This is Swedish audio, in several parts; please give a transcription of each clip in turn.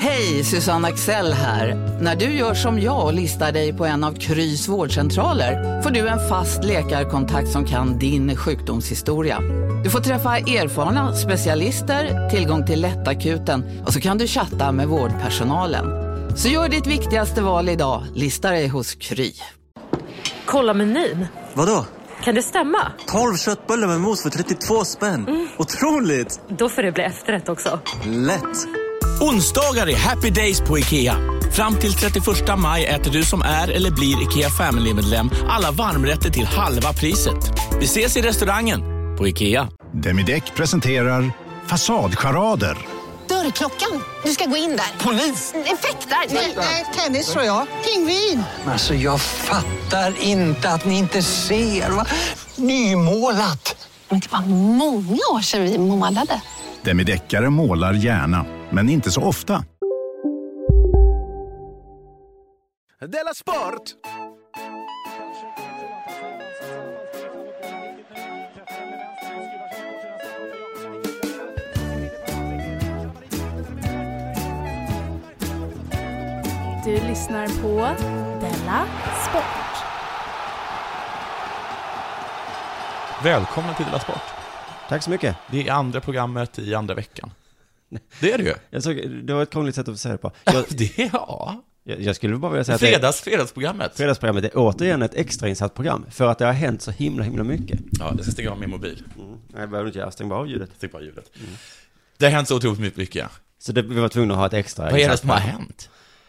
Hej, Susanne Axel här. När du gör som jag och listar dig på en av Krys vårdcentraler får du en fast läkarkontakt som kan din sjukdomshistoria. Du får träffa erfarna specialister, tillgång till lättakuten och så kan du chatta med vårdpersonalen. Så gör ditt viktigaste val idag, lista dig hos Kry. Kolla menyn. Vadå? Kan det stämma? 12 köttbullar med mos för 32 spänn. Otroligt! Då får det bli efterrätt också. Lätt! Onsdagar är happy days på IKEA. Fram till 31 maj äter du som är eller blir IKEA Family-medlem alla varmrätter till halva priset. Vi ses i restaurangen på IKEA. Demideck presenterar Fasadcharader. Dörrklockan. Du ska gå in där. Polis! Effektar. Nej, tennis tror jag. Pingvin. Alltså jag fattar inte att ni inte ser. Va? Nymålat. Men det var många år sedan vi målade. Demideckare målar gärna, men inte så ofta. Della Sport! Du lyssnar på Della Sport. Välkommen till Della Sport. Tack så mycket. Det är andra programmet i andra veckan. Det är det ju. Jag såg, det var ett krångligt sätt att säga det på. Jag skulle bara vilja säga att fredagsprogrammet. Fredagsprogrammet är återigen ett extrainsatt program. För att det har hänt så himla mycket. Ja, jag ska stänga av min mobil. Nej, jag behöver inte göra. Stäng bara av ljudet. Stäng bara ljudet. Det har hänt så otroligt mycket. Så vi var tvungna att ha ett extra. Vad är det som har hänt?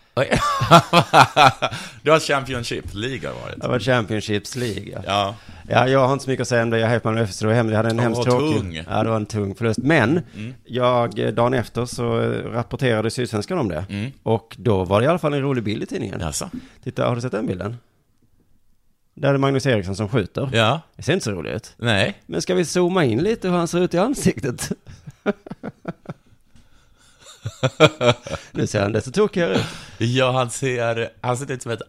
Det var Championship League har varit. Det var Championships League. Ja. Ja, jag har inte så mycket att säga om det. Jag är på FS och hem. Jag hade en hemskt tråkig. Tung. Ja, det var en tung förlust. Men dagen efter så rapporterade Sydsvenskan om det. Och då var det i alla fall en rolig bild i tidningen. Jaså? Titta, har du sett den bilden? Där är det Magnus Eriksson som skjuter. Ja. Det ser inte så roligt ut. Nej. Men ska vi zooma in lite hur han ser ut i ansiktet? Nu ser han det så tokigare ut. Ja, han ser ut som ett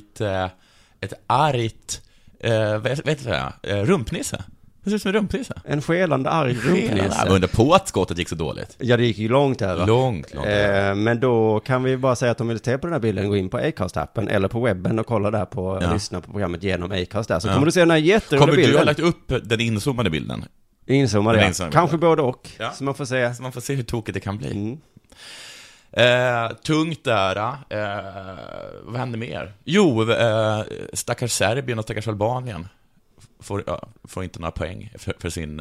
argt vet du rumpnisse. Det ser ut som en rumpnisse. En skelande arg rumpnisse. Jag undrar på att skottet gick så dåligt. Ja, det gick ju långt över. Långt. Men då kan vi bara säga att om vi vill se på den här bilden, gå in på Acast-appen eller på webben och kolla där på och lyssna på programmet genom Acast där. Så kommer du se den här jätteroliga bilden. Kommer du ha lagt upp den inzoomade bilden? Inzoomade, ja. Kanske både och. Ja. Så man får se hur tokigt det kan bli. Tungt där. Vad händer mer? Jo, stackars Serbien och stackars Albanien får inte några poäng för sin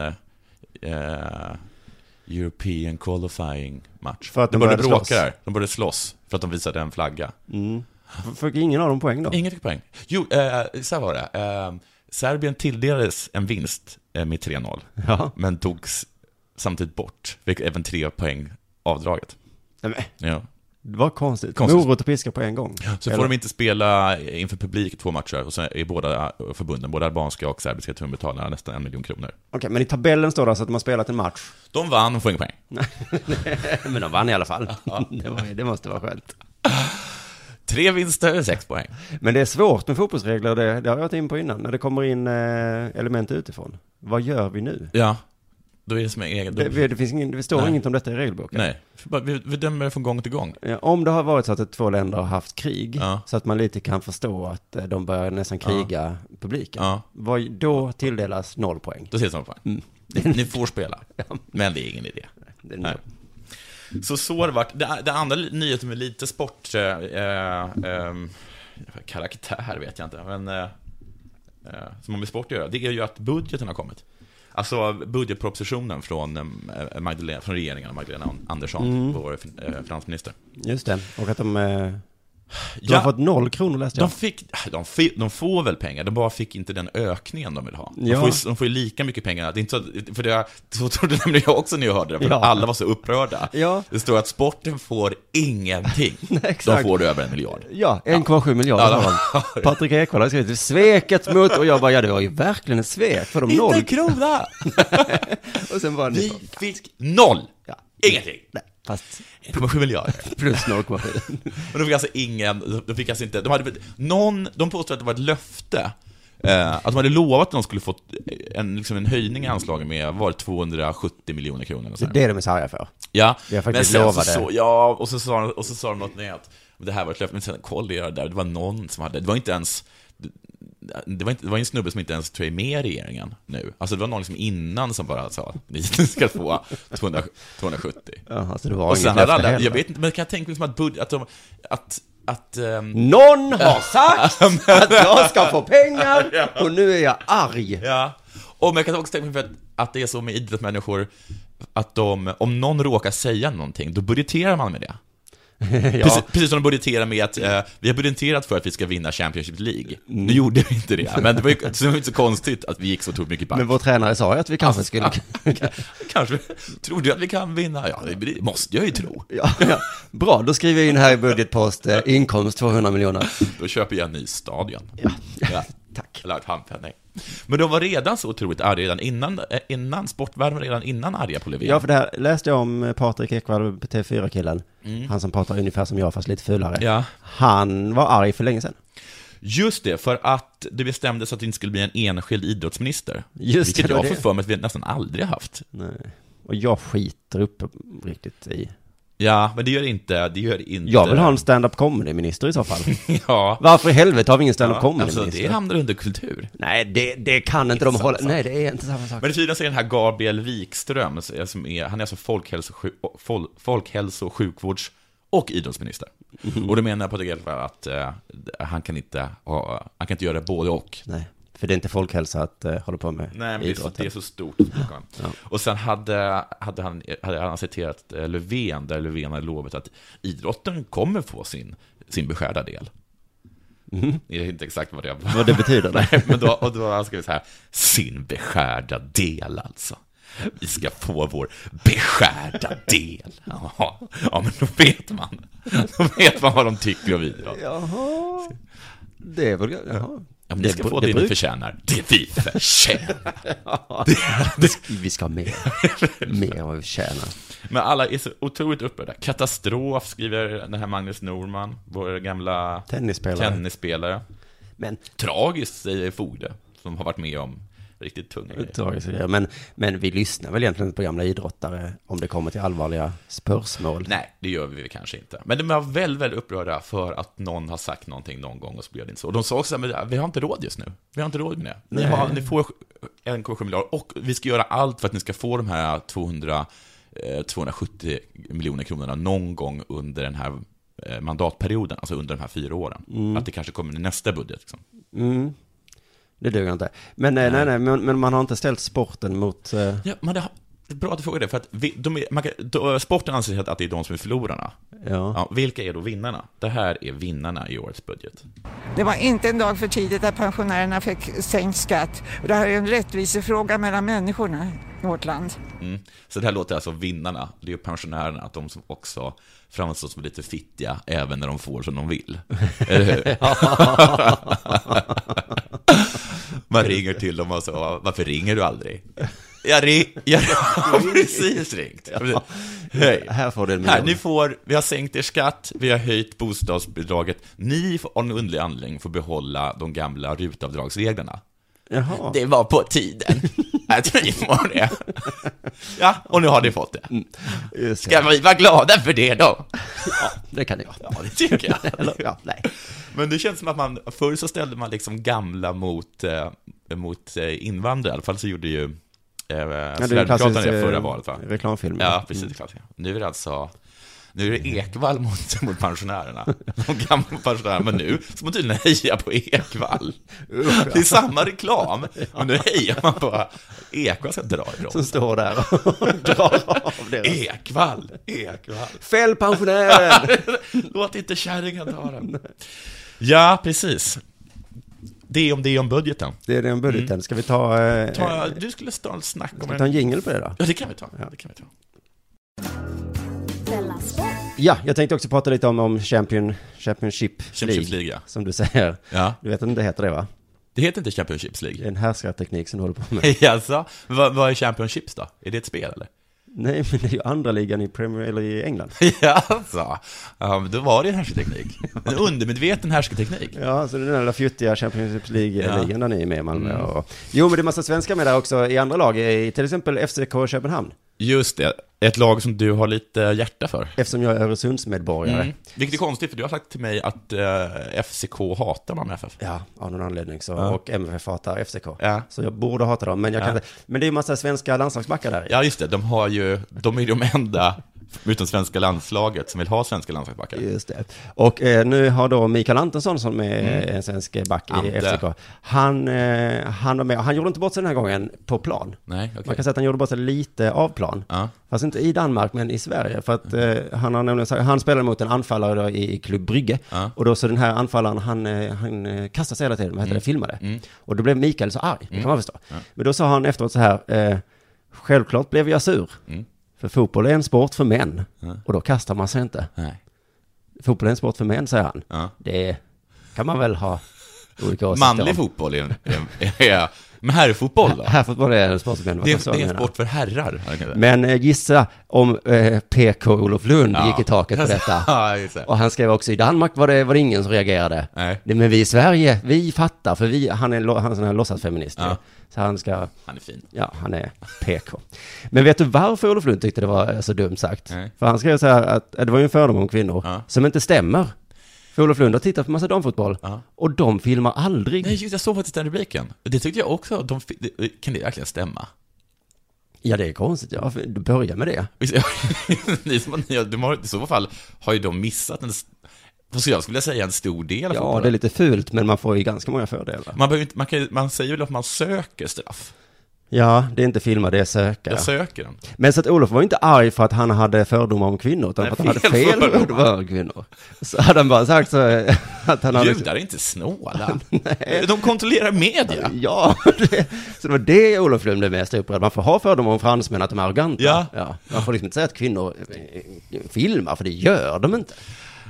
European qualifying match. För att de började bråka där. De började slåss för att de visade en flagga. Fick ingen av dem poäng då? Ingen fick poäng. Jo, så här var det. Serbien tilldelades en vinst med 3-0. Ja. Men togs samtidigt bort. Fick även 3 poäng avdraget. Ja. Det var konstigt. Morot och piska på en gång. Så får de inte spela inför publik 2 matcher. Och så är båda förbunden, både albanska och serbiska, tvungna betala nästan 1 miljon kronor. Okej, men i tabellen står det alltså att de har spelat en match. De vann och får ingen poäng. Men de vann i alla fall. Det måste vara skönt. 3 vinster, 6 poäng. Men det är svårt med fotbollsregler, det har jag varit in på innan. När det kommer in element utifrån. Vad gör vi nu? Ja. Då är det som är egen. Det står inget om detta i regelboken. Nej, vi dömer det från gång till gång. Ja, om det har varit så att 2 länder har haft krig, så att man lite kan förstå att de börjar nästan kriga publiken. Då tilldelas 0 poäng. Då ses 0 poäng. Ni får spela, men det är ingen idé. Nej. Så har det varit. Det andra nyheten med lite sport karaktär vet jag inte, men som har med sport att göra, det är ju att budgeten har kommit. Alltså budgetpropositionen från regeringen, Magdalena Andersson, vår finansminister. Just det, och att de har fått 0 kronor läste jag. De får väl pengar, de bara fick inte den ökningen de vill ha. De får ju lika mycket pengar. Det är inte så trodde nämligen jag också när jag hörde det, för alla var så upprörda. Ja. Det står att sporten får ingenting. Nej, de får över 1 miljard. Ja, 1,7 miljarder har de. Patrik Ekwall har skrivit sveket mot, och jag bara, det var ju verkligen ett svek för de 0 krona. Och sen var vi fick 0. Ja. Ingenting. Nej. Fast 1,7 miljarder plus 0,7. Och de fick alltså inte, de påstod att det var ett löfte, att de hade lovat att de skulle få en höjning i anslagen med 270 miljoner kronor. Det är det de är så arga för. Ja, jag faktiskt lovade. Och så sa de något med att det här var ett löfte, men sen kollade jag där, det var någon som hade, det var inte ens det var en snubbe som inte ens tror är med i regeringen nu. Alltså det var någon liksom innan som bara sa ni ska få 270. Ja, alltså det var och sen alla, jag vet inte, men kan jag tänka mig som att någon har sagt att jag ska få pengar och nu är jag arg. Ja. Och man kan också tänka mig att det är så med idrottsmänniskor att om någon råkar säga någonting, då budgeterar man med det. Ja. Precis som de budgeterar med att vi har budgeterat för att vi ska vinna Championship League. Nu gjorde vi inte det, men det var inte så konstigt att vi gick så tog mycket back. Men vår tränare sa ju att vi kanske skulle kanske, tror du att vi kan vinna? Ja, det måste jag ju tro. Ja. Bra, då skriver jag in här i budgetpost inkomst 200 miljoner. Då köper jag en ny stadion. Ja. Tack. Eller ett handpenning. Men de var redan så otroligt arga innan sportvärlden, redan innan arga på Löfven. Ja, för det här läste jag om Patrik Ekwall, TV4-killen. Han som pratar ungefär som jag, fast lite fulare. Ja. Han var arg för länge sedan. Just det, för att det bestämdes att det inte skulle bli en enskild idrottsminister. Just vilket jag får för mig att vi nästan aldrig haft. Nej. Och jag skiter upp riktigt i. Ja, men det gör inte. Jag vill ha en stand-up comedy-minister i så fall. Ja. Varför i helvete har vi ingen stand-up comedy-minister? Alltså, det hamnar under kultur. Nej, det kan inte de hålla. Nej, det är inte samma sak. Men det tydligen så är den här Gabriel Wikström, han är alltså folkhälso-, sjukvårds- och idrottsminister. Och då menar Patrik Ekwall att han kan inte göra både och. Nej. För det är inte folkhälsa att hålla på med. Nej, men idrotten. det är så stort. Ja. Och sen hade han citerat Löfven, där Löfven hade lovat att idrotten kommer få sin beskärda del. Det är inte exakt vad det betyder. Nej, men då han skrev så här: sin beskärda del alltså. Vi ska få vår beskärda del. Ja, men då vet man vad de tycker om idrott. Jaha. Det är väl... Jaha. Ja, men det ska få det ni förtjänar. Det vi förtjänar. Vi ska ha mer än vad vi förtjänar. Men alla är så otroligt upprörda. Katastrof, skriver den här Magnus Norman, vår gamla tennisspelare. Men tragiskt, säger Fogde, som har varit med om riktigt tunga grejer. Men vi lyssnar väl egentligen på gamla idrottare om det kommer till allvarliga spörsmål? Nej, det gör vi kanske inte. Men de var väldigt, väldigt upprörda för att någon har sagt någonting någon gång och så blev det inte så. Och de sa också att vi har inte råd just nu. Vi har inte råd med det. Ni får 1,7 miljarder och vi ska göra allt för att ni ska få de här 270 miljoner kronorna någon gång under den här mandatperioden, alltså under de här 4 åren. Att det kanske kommer i nästa budget. Liksom. Det duger inte. Men nej, men man har inte ställt sporten mot... Ja, men det är bra att du frågar det, för att sporten anser att det är de som är förlorarna. Ja, vilka är då vinnarna? Det här är vinnarna i årets budget. Det var inte en dag för tidigt att pensionärerna fick sänkt skatt. Och det här är en rättvisefråga mellan människorna i vårt land. Så det här låter alltså vinnarna. Det är ju pensionärerna, att de som också framstår som lite fittiga även när de får som de vill. Eller hur? Man ringer till dem och så, varför ringer du aldrig? Jag har precis ringt. Hej. Här får du vi har sänkt er skatt, vi har höjt bostadsbidraget. Ni får av en underlig anledning får behålla de gamla rutavdragsreglerna. Jaha. Det var på tiden. Jag tror ni får det. Ja, och nu har ni fått det. Ska vi vara glada för det då? Ja, det kan jag. Ja, det tycker jag. Ja, nej. Men det känns som att förr så ställde man liksom gamla mot invandrare. I alla fall så gjorde ju Sverigedemokraterna det förra valet, va? Reklamfilm. Ja, precis. Nu är det Ekwall mot pensionärerna. De gamla pensionärerna. Men nu ska man tydligen heja på Ekwall. Det är samma reklam. Men nu hejar man på Ekwall ska dra ifrån. Som står där och drar av deras. Ekwall. Fäll pensionären. Låt inte kärringen ta den. Ja, precis. Det är om budgeten. Det är om budgeten. Ska vi ta... Du skulle snacka om... Ska vi ta en jingle på det då? Ja, det kan vi ta. Ja, jag tänkte också prata lite om Championship League, ja. Som du säger. Ja. Du vet inte det heter det, va? Det heter inte Championship League. Det är en härskarteknik som du håller på med. Alltså, vad är Championships då? Är det ett spel eller? Nej, men det är ju andra ligan i Premier eller i England. Ja, alltså. Men då var det en härskarteknik. En undermedveten härskarteknik. Ja, så den där fjuttiga Championship League-ligan där ni är med i Malmö. Jo, men det är massa svenskar med där också i andra lag. I till exempel FCK Köpenhamn. Just det. Ett lag som du har lite hjärta för. Eftersom jag är Öresundsmedborgare. Vilket är konstigt, för du har sagt till mig att FCK hatar Malmö FF. Ja, av någon anledning så. Ja. Och MFF hatar FCK. Ja. Så jag borde hata dem, men jag kan inte. Men det är ju massa svenska landslagsbackar där. Ja, just det. De är de enda utom svenska landslaget som vill ha svenska landslagsbackar. Just det. Och nu har då Mikael Antonsson som är en svensk back i FCK. Han var med. Han gjorde inte bort sig den här gången på plan. Nej, okay. Man kan säga att han gjorde bort sig lite av plan. Fast inte i Danmark, men i Sverige. För att han spelade mot en anfallare då i Klubb Brygge. Och då så den här anfallaren, han kastade sig hela tiden. Vad heter det? Filmade. Och då blev Mikael så arg. Det kan man förstå. Men då sa han efteråt så här. Självklart blev jag sur. För fotboll är en sport för män. Och då kastar man sig inte. Nej. Fotboll är en sport för män, säger han. Det kan man väl ha olika åsikter om. Manlig fotboll är men herrfotboll då? Herrfotboll är en sport för män. Det är en sport för herrar. Men gissa om PK Olof Lund gick i taket på detta. Och han skrev också i Danmark var det ingen som reagerade. Nej. Men vi i Sverige, vi fattar. För han är sån här låtsasfeminist. Ja. Så han är fin. Ja, han är PK. Men vet du varför Olof Lund tyckte det var så dumt sagt? Nej. För han skrev så här att det var ju en fördom om kvinnor som inte stämmer. För Olof Lund har tittat på massa damfotboll och de filmar aldrig. Nej, jag såg faktiskt den rubriken. Det tyckte jag också. Kan det verkligen stämma? Ja, det är konstigt. Ja, du börjar med det. I så fall har ju de missat så jag skulle säga en stor del. Ja, det är lite fult, men man får ju ganska många fördelar. Man säger väl att man söker straff. Ja, det är inte filma, det är söka. Jag söker den. Men så att Olof var inte arg för att han hade fördomar om kvinnor, utan för att han hade fel fördomar om kvinnor. Så hade han bara sagt så att han hade... Judar är inte snåla. De kontrollerar media. Ja, så det var det Olof Lund blev mest upprörd. Man får ha fördomar om fransmän, att de är arroganta. Ja. Man får liksom inte säga att kvinnor filmar, för det gör de inte.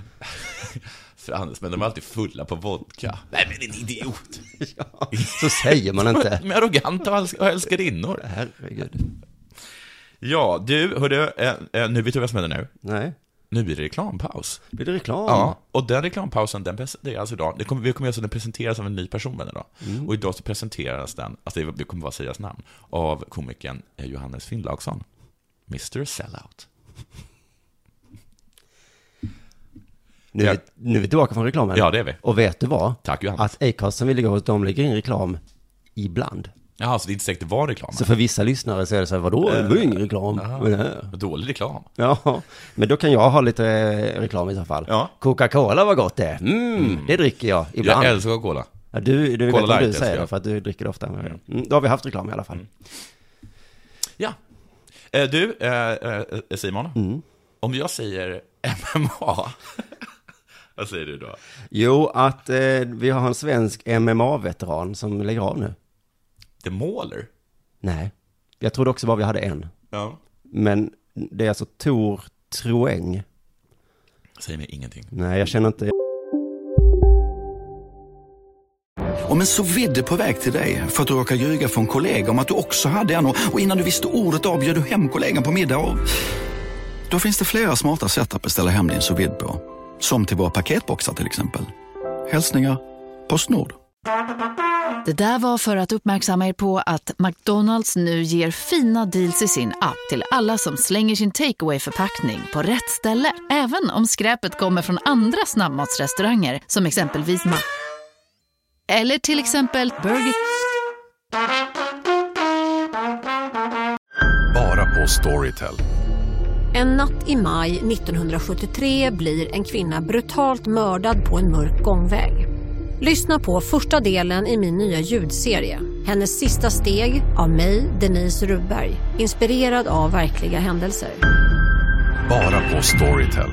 Men de är alltid fulla på vodka. Nej, men en idiot. Ja, så säger man inte. Med arroganta och älskarinnor. Herregud. Ja, hörde, nu vet du vad som händer nu? Nej. Nu blir det reklampaus. Blir det reklam? Ja, och den reklampausen, det är alltså idag. Vi kommer att den presenteras av en ny person idag. Och idag så presenteras den, alltså det kommer vara Sias namn, av komikern Johannes Finnlaugsson. Mr. Sellout. Nu är vi tillbaka från reklamen. Ja, det är vi. Och vet du vad? Tack, Johannes. Att Acast som vill gå hos dem lägger in reklam ibland. Ja, så det är inte säkert det var reklam. Så för vissa lyssnare så är det så här, vadå? Det var ingen reklam. Dålig reklam. Ja, men då kan jag ha lite reklam i så fall. Ja. Coca-Cola var gott det. Det dricker jag ibland. Jag älskar Coca-Cola. Ja, du vet vad du säger det, för att du dricker det ofta. Då har vi haft reklam i alla fall. Ja. Du, Simon, om jag säger MMA... Vad säger du då? Jo, att vi har en svensk MMA-veteran som lägger av nu. The Mauler? Nej, jag trodde också bara vi hade en. Ja. Men det är alltså Tor Troeng. Säger mig ingenting. Nej, jag känner inte... Om en så vidde på väg till dig för att du råkar ljuga för en kollega om att du också hade en och innan du visste ordet av bjöd du hem kollegan på middag och... Då finns det flera smarta sätt att beställa hem din sous vide på. Som till våra paketboxar till exempel. Hälsningar PostNord. Det där var för att uppmärksamma er på att McDonalds nu ger fina deals i sin app till alla som slänger sin takeaway-förpackning på rätt ställe. Även om skräpet kommer från andra snabbmatsrestauranger som exempelvis eller till exempel Burger. Bara på Storytel. En natt i maj 1973 blir en kvinna brutalt mördad på en mörk gångväg. Lyssna på första delen i min nya ljudserie. Hennes sista steg av mig, Denise Rubberg. Inspirerad av verkliga händelser. Bara på Storytel.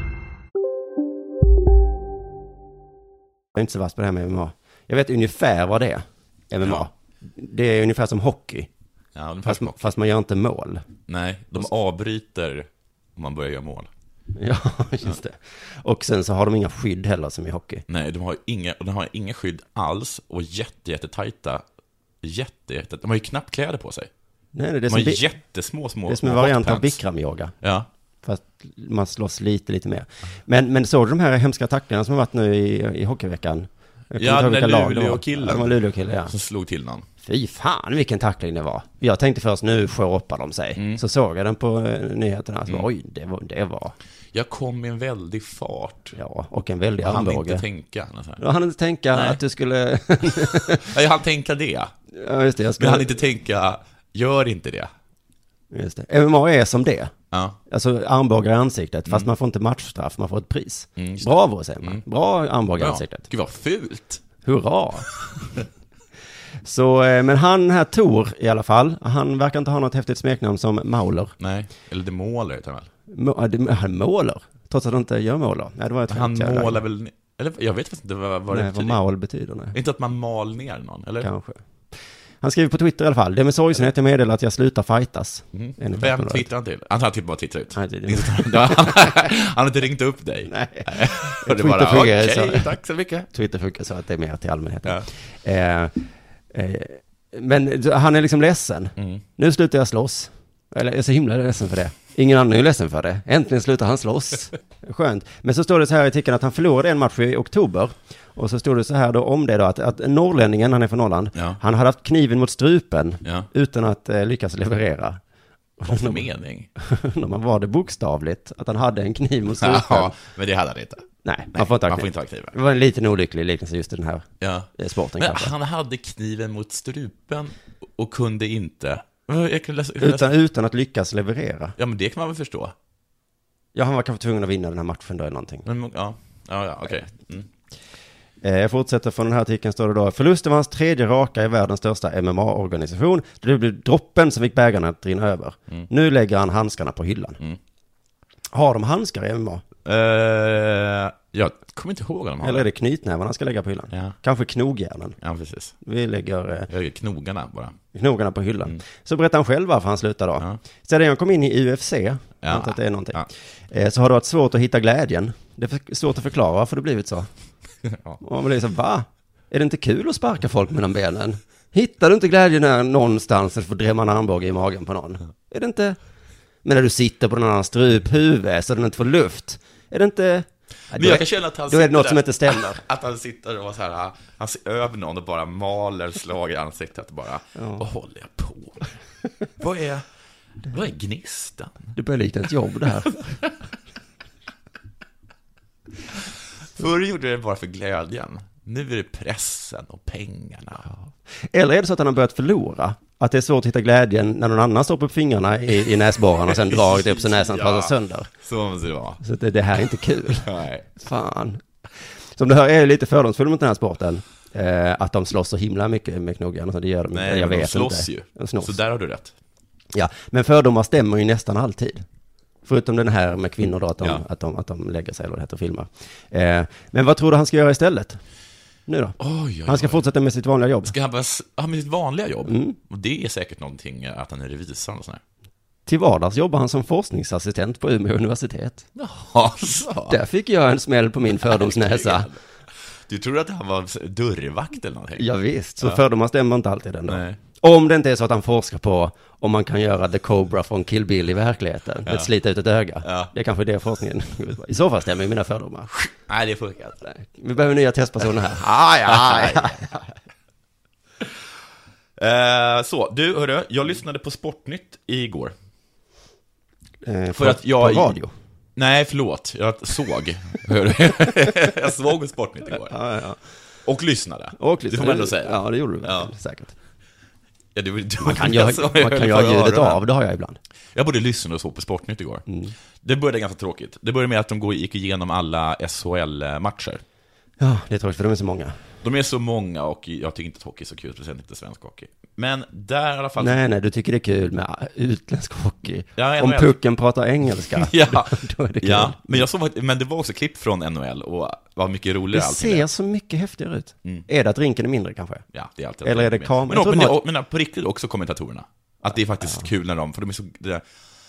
Jag är inte så vass på det här med MMA. Jag vet ungefär vad det är, MMA. Ja. Det är ungefär som hockey. Ja, fast man gör inte mål. Nej, de avbryter om man börjar göra mål. Ja, just det. Och sen så har de inga skydd heller som i hockey. Nej, de har inga skydd alls och jättetajta. De har ju knappt kläder på sig. Nej, de har jättesmå. Det är som en variant av Bikram-yoga. Ja. Fast man slåss lite mer. Men såg du de här hemska attacklerna som har varit nu i hockeyveckan? Ja, den där Luleå-killen. Det var Luleå-killen, ja. Som slog till någon. Fy fan, vilken tackling det var. Jag tänkte först, nu shoppar de sig. Så såg jag den på nyheterna. Så oj, det var... Jag kom i en väldig fart. Ja, och en väldig armbåge. Han inte tänka. Jag hann inte tänka att du skulle... Jag hann tänka det. Ja, just det. Men han inte tänka, gör inte det. Just det. MMA är som det. Ja. Alltså armbågar i ansiktet, fast man får inte matchstraff, man får ett pris. Bravo, säger man. Bra armbågar i ansiktet. Gud vad fult. Hurra. Så, men han här Tor i alla fall, han verkar inte ha något häftigt smeknamn som Mauler. Nej, eller det målar utan väl. Han målar, trots att han inte gör målar. Nej, det var han målar väl, eller jag vet inte vad det betyder. Vad maul betyder. Nej. Inte att man mal ner någon, eller? Kanske. Han skriver på Twitter i alla fall. Det är med sorgsenhet jag meddelar att jag slutar fightas. Vem twittrar han till? Han har typ bara twittrat ut. Han har inte ringt upp dig. Nej. Och det bara, okej, tack så mycket. Twitter funkar så att det är mer till allmänheten. Ja. Men han är liksom ledsen. Nu slutar jag slåss. Eller jag är så himla ledsen för det. Ingen annan är ledsen för det. Äntligen slutar han slåss. Skönt. Men så står det så här i artikeln att han förlorade en match i oktober. Och så står det så här då om det då att norrlänningen, han är från Norrland, han hade haft kniven mot strupen utan att lyckas leverera. Vad för mening? När var det bokstavligt att han hade en kniv mot strupen. Ja, men det hade han inte. Nej, man får inte ha kniv. Det var en liten olycklig liknelse just i den här sporten. Men kanske. Han hade kniven mot strupen och kunde inte... Utan att lyckas leverera. Ja, men det kan man väl förstå. Ja, han var kanske tvungen att vinna den här matchen då eller någonting. Men, okej. Jag fortsätter från den här artikeln står det då: förlusten var hans 3:e raka i världens största MMA-organisation. Det blev droppen som fick bägarna att rinna över. Nu lägger han handskarna på hyllan. Har de handskar i MMA? Jag kommer inte ihåg om de har. Eller är det knytnävarna ska lägga på hyllan? Ja. Kanske knogjärnen. Ja, precis. Vi lägger... Jag gör knogarna bara. Knogarna på hyllan. Så berättar han själv varför han slutar då. Sedan jag kom in i UFC, att det är någonting, så har det varit svårt att hitta glädjen. Det är svårt att förklara varför det blivit så. Och man blir så, va? Är det inte kul att sparka folk mellan benen? Hittar du inte glädjen när någonstans att få drämma en armbåge i magen på någon? Är det inte... Men när du sitter på någon annan struphuvud så den inte får luft, är det inte... Men jag kan känna att han då är det något som inte stämmer. Att han sitter och så här, han ser över någon och bara maler slag i ansiktet och bara, vad håller jag på med? Vad är gnistan? Det börjar likna ett jobb det här. Förr gjorde det bara för glädjen. Nu är det pressen och pengarna. Eller är det så att han har börjat förlora? Att det är svårt att hitta glädjen när någon annan står på fingrarna i näsborrarna och sen drar det upp så näsan pratar sönder. Så måste det vara. Så det här är inte kul. Nej. Fan. Som det här är lite fördomsfull mot den här sporten. Att de slåss så himla mycket med knogjärn. Så det gör de inte. Nej, jag vet de slåss inte. ju. De slåss. Så där har du rätt. Ja, men fördomar stämmer ju nästan alltid. Förutom den här med kvinnor då, att de lägger sig eller det heter och filmar. Men vad tror du han ska göra istället? Nu då? Han ska fortsätta med sitt vanliga jobb. Ska han bara med sitt vanliga jobb? Och det är säkert någonting att han är revisor och sådär. Till vardags jobbar han som forskningsassistent på Umeå universitet. Ja, så. Där fick jag en smäll på min fördomsnäsa. Du tror att han var dörrvakt eller någonting? Ja, visst, så fördomar stämmer inte alltid ändå. Nej. Om det inte är så att han forskar på om man kan göra The Cobra från Kill Bill i verkligheten. Att slita ut ett öga. Det är kanske det forskningen. I så fall stämmer ju mina fördomar. Nej, det funkar inte. Vi behöver nya testpersoner här. Så, du hörru, jag lyssnade på Sportnytt igår. För att jag... På radio? Nej, förlåt. Jag såg. Jag såg Sportnytt igår. Och lyssnade. Det får man ändå säga. Ja, det gjorde du säkert. Ja, man kan göra ljudet av, det har jag ibland. Jag både lyssnade och såg på Sportnytt igår. Det började ganska tråkigt. Det började med att de gick igenom alla SHL-matcher. Ja, det är tråkigt för de är så många. De är så många och jag tycker inte att hockey är så kul, speciellt inte svensk hockey. Men där i alla fall... Nej, du tycker det är kul med utländsk hockey. Om pucken pratar engelska, då är det kul. Ja, men det var också klipp från NHL och var mycket roligare. Det ser så mycket häftigare ut. Är det att rinken är mindre kanske? Ja, det är alltid. Eller är det kameran? Men på riktigt också kommentatorerna. Att det är faktiskt kul när för de är så...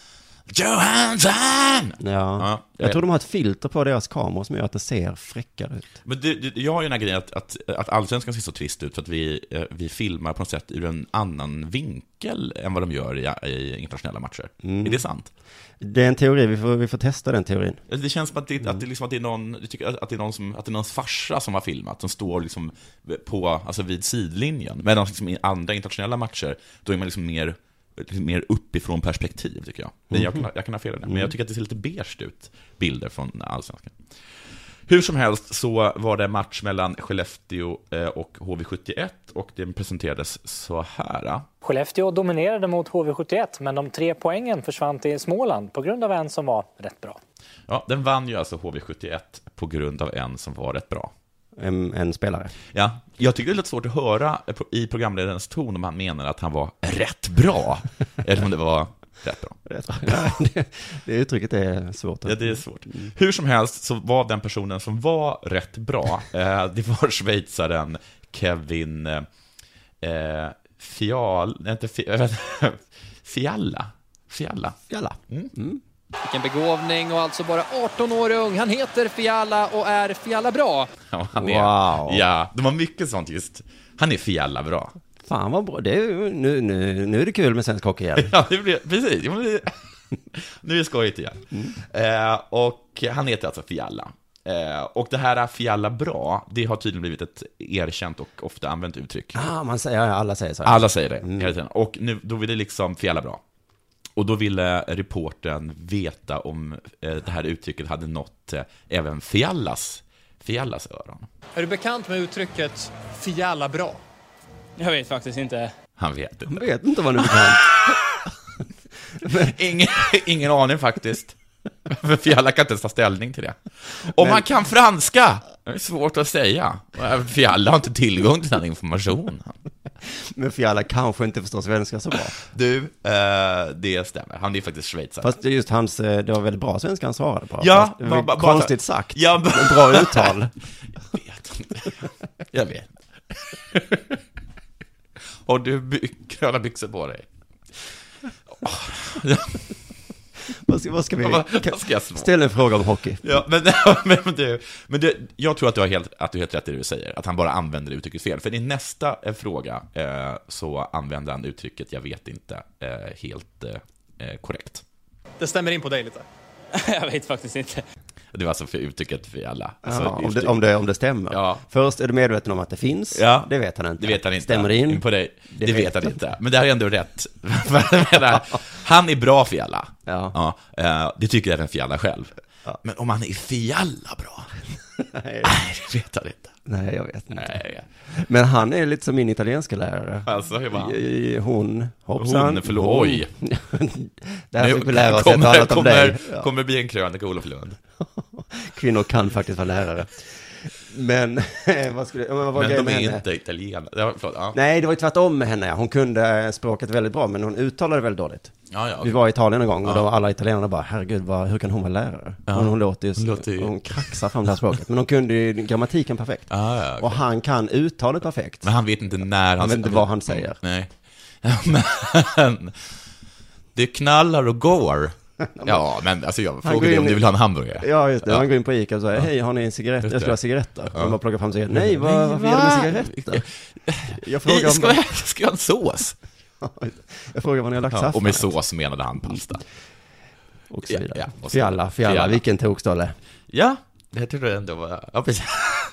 Johansson! Ja. Jag tror de har ett filter på deras kameror som gör att det ser fräckare ut. Men jag har ju den här grejen att Allsvenskan ser så trist ut för att vi filmar på något sätt ur en annan vinkel än vad de gör i internationella matcher. Är det sant? Det är en teori, vi får testa den teorin. Det känns som att det är någon, jag tycker att det är någons farsa som har filmat, som står liksom vid sidlinjen. Medan liksom i andra internationella matcher, då är man liksom mer uppifrån perspektiv, tycker jag. Jag kan ha fel, men jag tycker att det ser lite beige ut, bilder från Allsvenskan. Hur som helst så var det en match mellan Skellefteå och HV71 och den presenterades så här. Skellefteå dominerade mot HV71, men de 3 poängen försvann till Småland på grund av en som var rätt bra. Ja, den vann ju alltså HV71 på grund av en som var rätt bra. En spelare. Ja, jag tycker det är lite svårt att höra i programledarens ton om han menar att han var rätt bra eller om det var rätt bra. Det uttrycket är svårt. Ja, det är svårt. Hur som helst så var den personen som var rätt bra, det var schweizaren Kevin Fiala. Vilken begåvning, och alltså bara 18 år ung. Han heter Fiala och är Fiala bra. Ja, ja, de har mycket sånt just. Han är Fiala bra. Fan vad bra. Det är, nu är det kul med svensk hockey igen. Ja, det blir, precis. Nu är det skojigt igen. Och han heter alltså Fiala. Och det här Fiala bra, det har tydligen blivit ett erkänt och ofta använt uttryck. Alla säger så. Alla säger det. Och nu, då vill det liksom Fiala bra. Och då ville reportern veta om det här uttrycket hade nått även Fialas öron. Är du bekant med uttrycket Fiala bra? Jag vet faktiskt inte. Han vet inte. Han vet inte vad det är bekant. Ingen aning faktiskt. För Fiala kan inte ta ställning till det. Om man kan franska, det är svårt att säga. Fiala har inte tillgång till den informationen. Men Fiala kanske inte förstår svenska så bra. Du, det stämmer. Han är faktiskt schweizare. Fast just det var väldigt bra svenska han svarade på. Ja, konstigt sagt. Ja, bra uttal. Jag vet. Och du gröna byxor på dig. Vad ska jag ställa en fråga om hockey? Ja, men jag tror att du har helt rätt i det du säger, att han bara använder uttrycket fel. För i nästa fråga så använder han uttrycket jag vet inte helt korrekt. Det stämmer in på dig lite. Jag vet faktiskt inte. Det var alltså för uttrycket för alla. Alltså, om det stämmer. Ja. Först är du medveten om att det finns. Ja. Det vet han inte. Det vet han inte. Stämmer in på dig. Det vet han inte. Men det här är ändå rätt. Han är bra för alla. Ja. Det tycker även Fiala själv. Ja. Men om han är Fiala bra? Nej, det vet han inte. Nej, jag vet inte. Nej. Men han är lite som min italienska lärare. Alltså, hur var han? Hon, hoppsan. Oj. Där fick vi lära oss annat om dig. Kommer bli en krönika Olof Lund. Kvinnor kan faktiskt vara lärare. Men vad de är inte italienare. Nej, det var ju tvärtom med henne. Hon kunde språket väldigt bra, men hon uttalade väldigt dåligt. Okay. Vi var i Italien en gång och då var alla italienare bara, herregud, hur kan hon vara lärare? Ja. Hon låter hon kraxar fram det här språket. Men hon kunde ju grammatiken perfekt. Okay. Och han kan uttalet perfekt. Men han vet inte när han vet inte vad han säger. Nej. Men det knallar och går. Ja, men alltså jag frågade dig om du vill ha en hamburgare. Ja, just det. Han går in på Ica och säger, hej, har ni en cigarett? Jag ska ha cigaretter. Och man plockar fram cigaretter. Nej, varför ger de cigaretter? Jag frågar ska jag ha en sås? Jag frågar vad ni har lagt saft. Och med sås menade han pasta. Och så vidare. Fiala, vilken tokstolle. Ja, det tror jag ändå var... Ja, precis.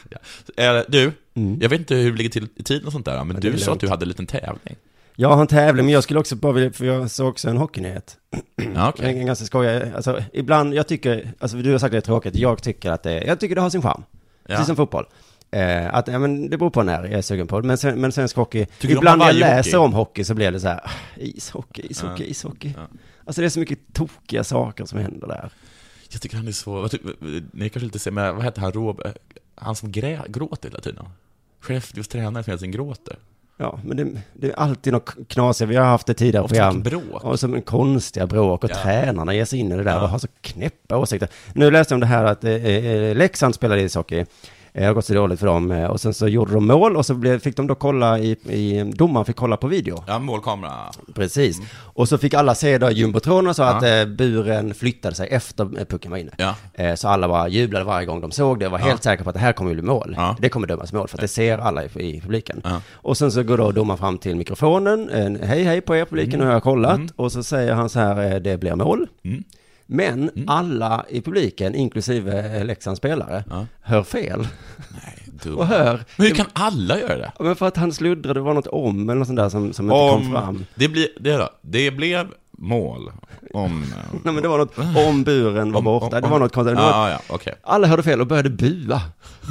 Du, jag vet inte hur det ligger till i tiden och sånt där, men du sa att du hade en liten tävling. Jag har en tävling, men jag skulle också bara vilja, för jag såg också en hockeynyhet. Okay. En ganska skojig, alltså ibland, jag tycker, alltså du har sagt det är tråkigt, jag tycker det har sin charm. Precis som fotboll. Men det beror på när jag är sugen på det. Men svensk hockey, ibland när jag läser om hockey så blir det så här, ishockey. Ja. Alltså det är så mycket tokiga saker som händer där. Jag tycker han är så, ni kanske inte ser, men vad heter han, han som gråter hela tiden. Skellefteås tränare som helt gråter. Ja, men det är alltid något knasigt. Vi har haft det tidigare program. Och som en konstiga bråk. Och tränarna ger sig in i det där och har så knäppa åsikter. Nu läste jag om det här att Leksand spelade ishockey. Det har gått så dåligt för dem. Och sen så gjorde de mål och så fick de då kolla domaren fick kolla på video. Ja, målkamera. Precis. Och så fick alla se då jumbotronen så att buren flyttade sig efter pucken var inne. Ja. Så alla bara jublade varje gång de såg det och var helt säkra på att det här kommer ju bli mål. Det kommer dömas mål för att det ser alla i publiken. Och sen så går då domaren fram till mikrofonen. Hej på er publiken, nu har jag kollat. Och så säger han så här, det blir mål. Men alla i publiken, inklusive Leksands spelare, hör fel. Nej, och hör. Men hur kan alla göra det? Men för att han sluddrade, det var något eller något sånt där som inte kom fram. Det blev mål. Nej, men det var något om buren var borta. Det var något konstigt. Okay. Alla hörde fel och började bua.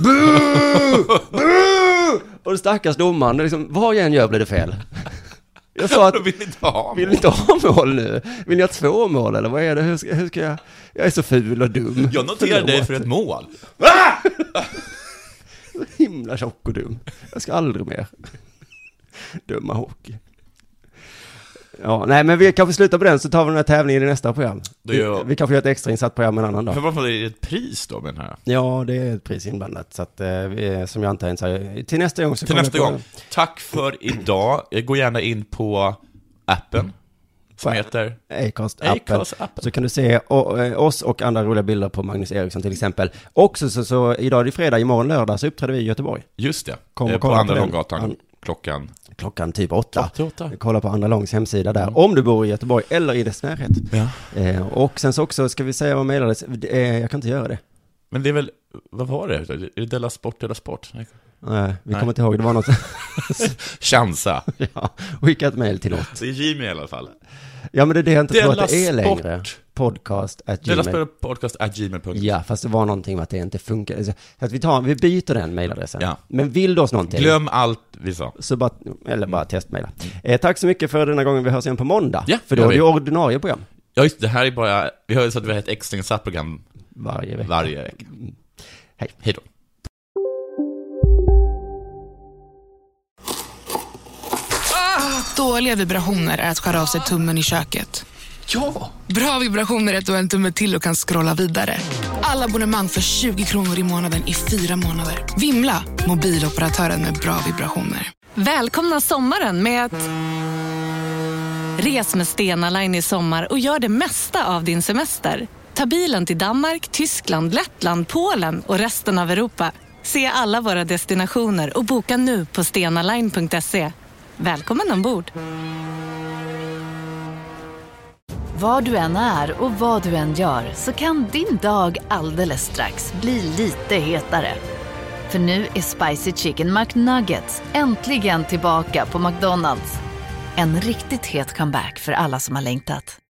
Och det stackars domaren, liksom, vad jag än gör blir det fel. Jag sa att vill ni inte ha mål nu? Vill ni ha 2 mål eller vad är det? Hur ska jag? Jag är så ful och dum. Jag noterar dig för ett mål. Så himla tjock och dum. Jag ska aldrig mer döma hockey. Ja, nej, men vi kan få sluta på den så tar vi den här tävlingen i nästa program. Vi kan få göra ett extra insatt program en annan dag. För varför är det ett pris då med den här? Ja, det är ett pris inblandat. Så att, som jag inte ens har... Till nästa gång så till nästa gång. Tack för idag. Gå gärna in på appen som heter Acast-appen. Så kan du se oss och andra roliga bilder på Magnus Eriksson till exempel. Också så idag är det fredag, imorgon lördag så uppträder vi i Göteborg. Just det. På Andra Långgatan. Klockan typ 8. Kolla på Andra Långs hemsida där. Om du bor i Göteborg eller i dess närhet. Ja. Och sen så också ska vi säga vad mejlades. Jag kan inte göra det. Men det är väl, vad var det? Är det Della Sport? Nej, vi kommer inte ihåg. Det var något. Chansa. Ja, skicka ett mejl till oss. Det är Gmail i alla fall. Ja, men det är inte tror att det är längre. podcast@gmail.com. Ja, fast det var någonting med att det inte funkar. Så att vi byter den mejladressen. Ja. Men vill du oss någonting? Glöm allt vi sa. Så bara testmejla. Tack så mycket för denna gången. Vi hörs igen på måndag. Ja, för då är det ordinarie program. Ja, just det här är bara... Vi har ju så att vi har ett extra insatt program varje vecka. Hej då. Dåliga vibrationer är att skära av sig tummen i köket. Ja! Bra vibrationer är att du har en tumme till och kan scrolla vidare. Alla abonnemang för 20 kronor i månaden i 4 månader. Vimla! Mobiloperatören med bra vibrationer. Välkomna sommaren med att... Res med Stena Line i sommar och gör det mesta av din semester. Ta bilen till Danmark, Tyskland, Lettland, Polen och resten av Europa. Se alla våra destinationer och boka nu på stenaline.se. Välkommen ombord! Var du än är och vad du än gör så kan din dag alldeles strax bli lite hetare. För nu är Spicy Chicken McNuggets äntligen tillbaka på McDonald's. En riktigt het comeback för alla som har längtat.